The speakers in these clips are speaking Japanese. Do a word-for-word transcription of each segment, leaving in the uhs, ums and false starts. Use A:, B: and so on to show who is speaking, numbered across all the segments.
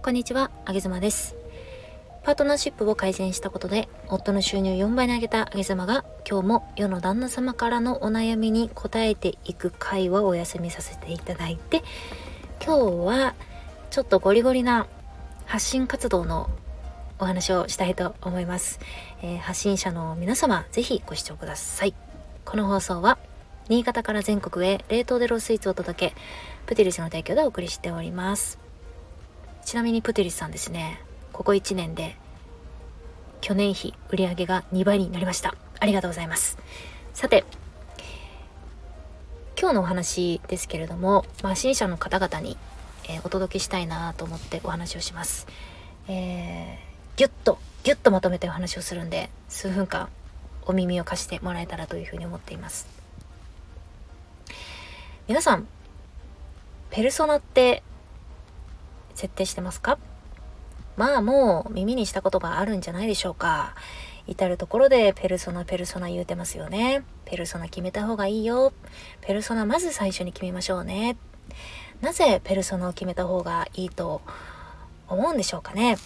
A: こんにちは、あげずまです。パートナーシップを改善したことで夫の収入よんばいに上げたあげずまが、今日も世の旦那様からのお悩みに答えていく回はお休みさせていただいて、今日はちょっとゴリゴリな発信活動のお話をしたいと思います。えー、発信者の皆様、ぜひご視聴ください。この放送は新潟から全国へ冷凍でロースイーツをお届け、プティリスの提供でお送りしております。ちなみにプティリスさんですね、ここいちねんで去年比売上がにばいになりました。ありがとうございます。さて、今日のお話ですけれども、発信者の方々に、えー、お届けしたいなと思ってお話をします。えー、ギュッとギュッとまとめてお話をするんで、数分間お耳を貸してもらえたらというふうに思っています。皆さん、ペルソナって設定してますか？まあもう耳にしたことがあるんじゃないでしょうか。至るところでペルソナペルソナ言うてますよね。ペルソナ決めた方がいいよ。ペルソナまず最初に決めましょうね。なぜペルソナを決めた方がいいと思うんでしょうかね。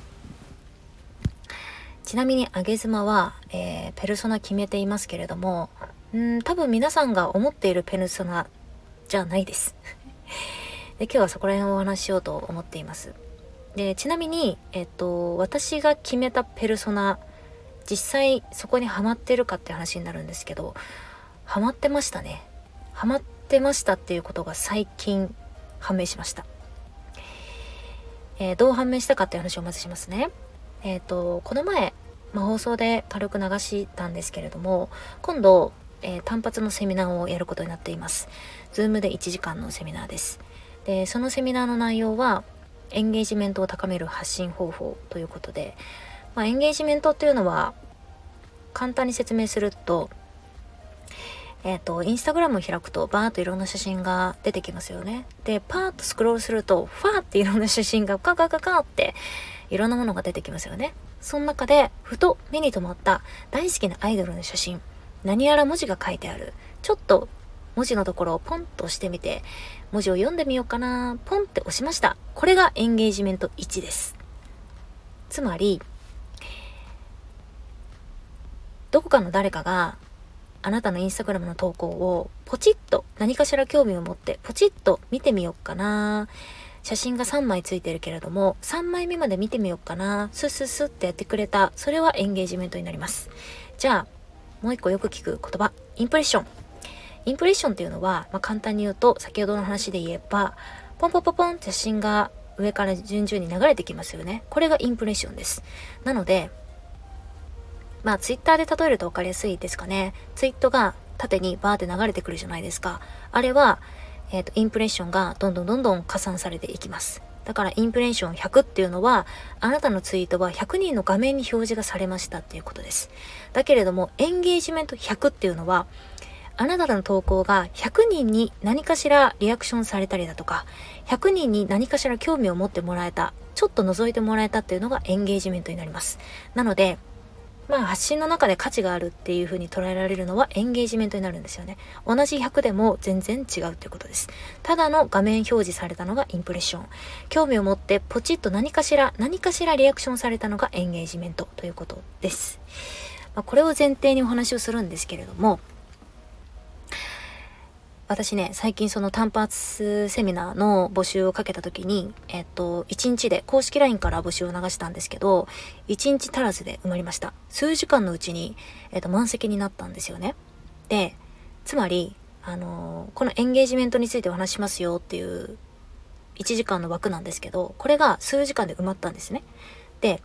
A: ちなみにあげずまは、えー、ペルソナ決めていますけれども、んー多分皆さんが思っているペルソナじゃないです。で、今日はそこら辺をお話ししようと思っています。で、ちなみに、えっと、私が決めたペルソナ、実際そこにハマってるかって話になるんですけど、ハマってましたね。ハマってましたっていうことが最近判明しました。えー、どう判明したかっていう話をまずしますね。えっと、この前、まあ、放送で軽く流したんですけれども、今度、えー、単発のセミナーをやることになっています。Zoom でいちじかんのセミナーです。で、そのセミナーの内容はエンゲージメントを高める発信方法ということで、まあ、エンゲージメントっていうのは簡単に説明すると、えっとインスタグラムを開くとバーッといろんな写真が出てきますよね。で、パーッとスクロールするとファーっていろんな写真がカカカカっていろんなものが出てきますよね。その中でふと目に留まった大好きなアイドルの写真、何やら文字が書いてある、ちょっと文字のところをポンと押してみて、文字を読んでみようかな、ポンって押しました。これがエンゲージメントいちです。つまり、どこかの誰かがあなたのインスタグラムの投稿をポチッと何かしら興味を持ってポチッと見てみようかな、写真がさんまいついてるけれどもさんまいめまで見てみようかな、スッスッスッってやってくれた。それはエンゲージメントになります。じゃあもう一個よく聞く言葉、インプレッション。インプレッションっていうのは、まあ、簡単に言うと、先ほどの話で言えば、ポンポンポンポンって写真が上から順々に流れてきますよね。これがインプレッションです。なので、まあツイッターで例えると分かりやすいですかね。ツイートが縦にバーって流れてくるじゃないですか。あれは、えっと、インプレッションがどんどんどんどん加算されていきます。だからインプレッションひゃくっていうのは、あなたのツイートはひゃくにんの画面に表示がされましたっていうことです。だけれども、エンゲージメントひゃくっていうのは、あなたの投稿がひゃくにんに何かしらリアクションされたりだとか、ひゃくにんに何かしら興味を持ってもらえた、ちょっと覗いてもらえたっていうのがエンゲージメントになります。なので、まあ発信の中で価値があるっていう風に捉えられるのはエンゲージメントになるんですよね。同じひゃくでも全然違うということです。ただの画面表示されたのがインプレッション。興味を持ってポチッと何かしら、何かしらリアクションされたのがエンゲージメントということです。まあ、これを前提にお話をするんですけれども、私ね、最近その単発セミナーの募集をかけた時に、えっと、いちにちで公式 ライン から募集を流したんですけど、いちにち足らずで埋まりました。数時間のうちに、えっと、満席になったんですよね。で、つまり、あのー、このエンゲージメントについてお話しますよっていういちじかんの枠なんですけど、これが数時間で埋まったんですね。で、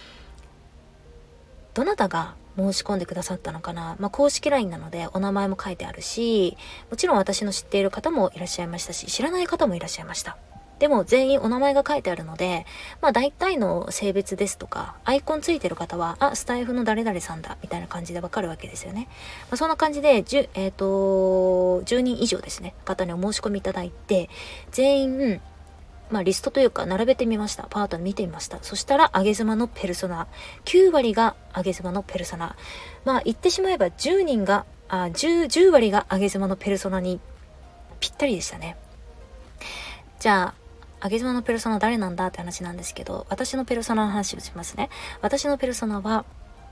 A: どなたが申し込んでくださったのかな。まあ、公式 ライン なのでお名前も書いてあるし、もちろん私の知っている方もいらっしゃいましたし、知らない方もいらっしゃいました。でも全員お名前が書いてあるので、まあ大体の性別ですとか、アイコンついてる方は、あ、スタイフの誰々さんだ、みたいな感じでわかるわけですよね。まあ、そんな感じで、じゅ、えっと、じゅうにん以上ですね、方にお申し込みいただいて、全員、まあリストというか並べてみました。パート見てみました。そしたらあげずまのペルソナ、きゅうわりがあげずまのペルソナ。まあ言ってしまえばじゅうにんが、あ、じゅう、じゅうわりがあげずまのペルソナにぴったりでしたね。じゃあ、 あげ妻のペルソナ誰なんだって話なんですけど、私のペルソナの話をしますね。私のペルソナは、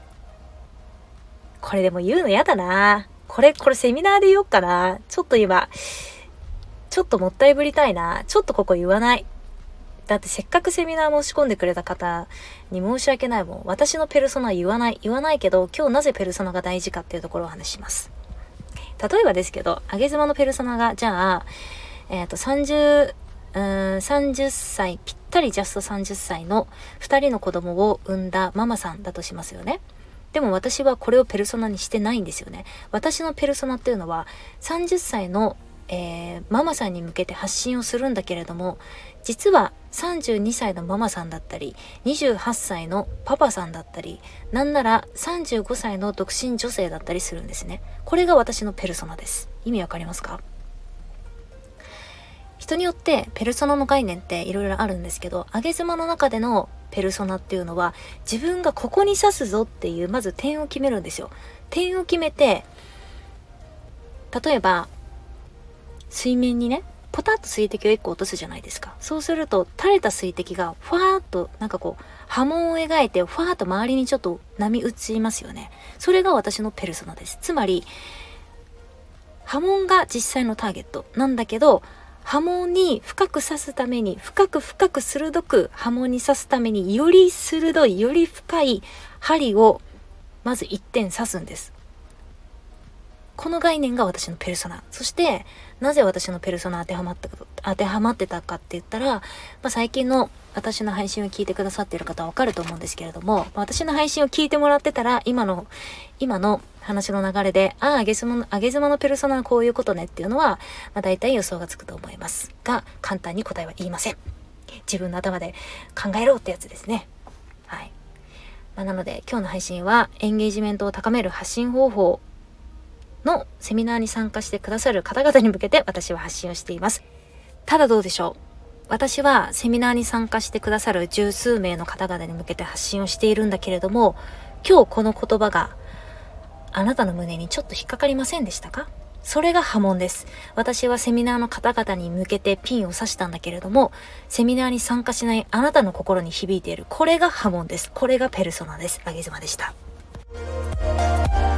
A: これでも言うのやだな。これ、これセミナーで言おうかな。ちょっと今、ちょっともったいぶりたいな。ちょっとここ言わない。だってせっかくセミナー申し込んでくれた方に申し訳ないもん。私のペルソナ言わない。言わないけど、今日なぜペルソナが大事かっていうところをお話しします。例えばですけど、あげ妻のペルソナが、じゃあ、えっと、さんじゅう、うーん、さんじゅっさい、ぴったりジャストさんじゅっさいのふたりの子供を産んだママさんだとしますよね。でも私はこれをペルソナにしてないんですよね。私のペルソナっていうのは、さんじゅっさいの、えー、ママさんに向けて発信をするんだけれども、実はさんじゅうにさいのママさんだったり、にじゅうはっさいのパパさんだったり、なんならさんじゅうごさいの独身女性だったりするんですね。これが私のペルソナです。意味わかりますか？人によってペルソナの概念っていろいろあるんですけど、あげ妻の中でのペルソナっていうのは、自分がここに刺すぞっていうまず点を決めるんですよ。点を決めて、例えば水面にね、ポタッと水滴をいっこ落とすじゃないですか。そうすると垂れた水滴がファーっとなんかこう波紋を描いてファーっと周りにちょっと波打ちますよね。それが私のペルソナです。つまり波紋が実際のターゲットなんだけど、波紋に深く刺すために、深く深く鋭く波紋に刺すために、より鋭い、より深い針をまず一点刺すんです。この概念が私のペルソナ。そして、なぜ私のペルソナ当てはまったか、当てはまってたかって言ったら、まあ、最近の私の配信を聞いてくださっている方はわかると思うんですけれども、私の配信を聞いてもらってたら、今の、今の話の流れで、ああ、あげ妻の、あげ妻のペルソナはこういうことねっていうのは、まあ、大体予想がつくと思いますが、簡単に答えは言いません。自分の頭で考えろってやつですね。はい。まあ、なので、今日の配信は、エンゲージメントを高める発信方法のセミナーに参加してくださる方々に向けて私は発信をしています。ただどうでしょう。私はセミナーに参加してくださる十数名の方々に向けて発信をしているんだけれども、今日この言葉があなたの胸にちょっと引っかかりませんでしたか？それが波紋です。私はセミナーの方々に向けてピンを刺したんだけれども、セミナーに参加しないあなたの心に響いている。これが波紋です。これがペルソナです。あげ妻でした。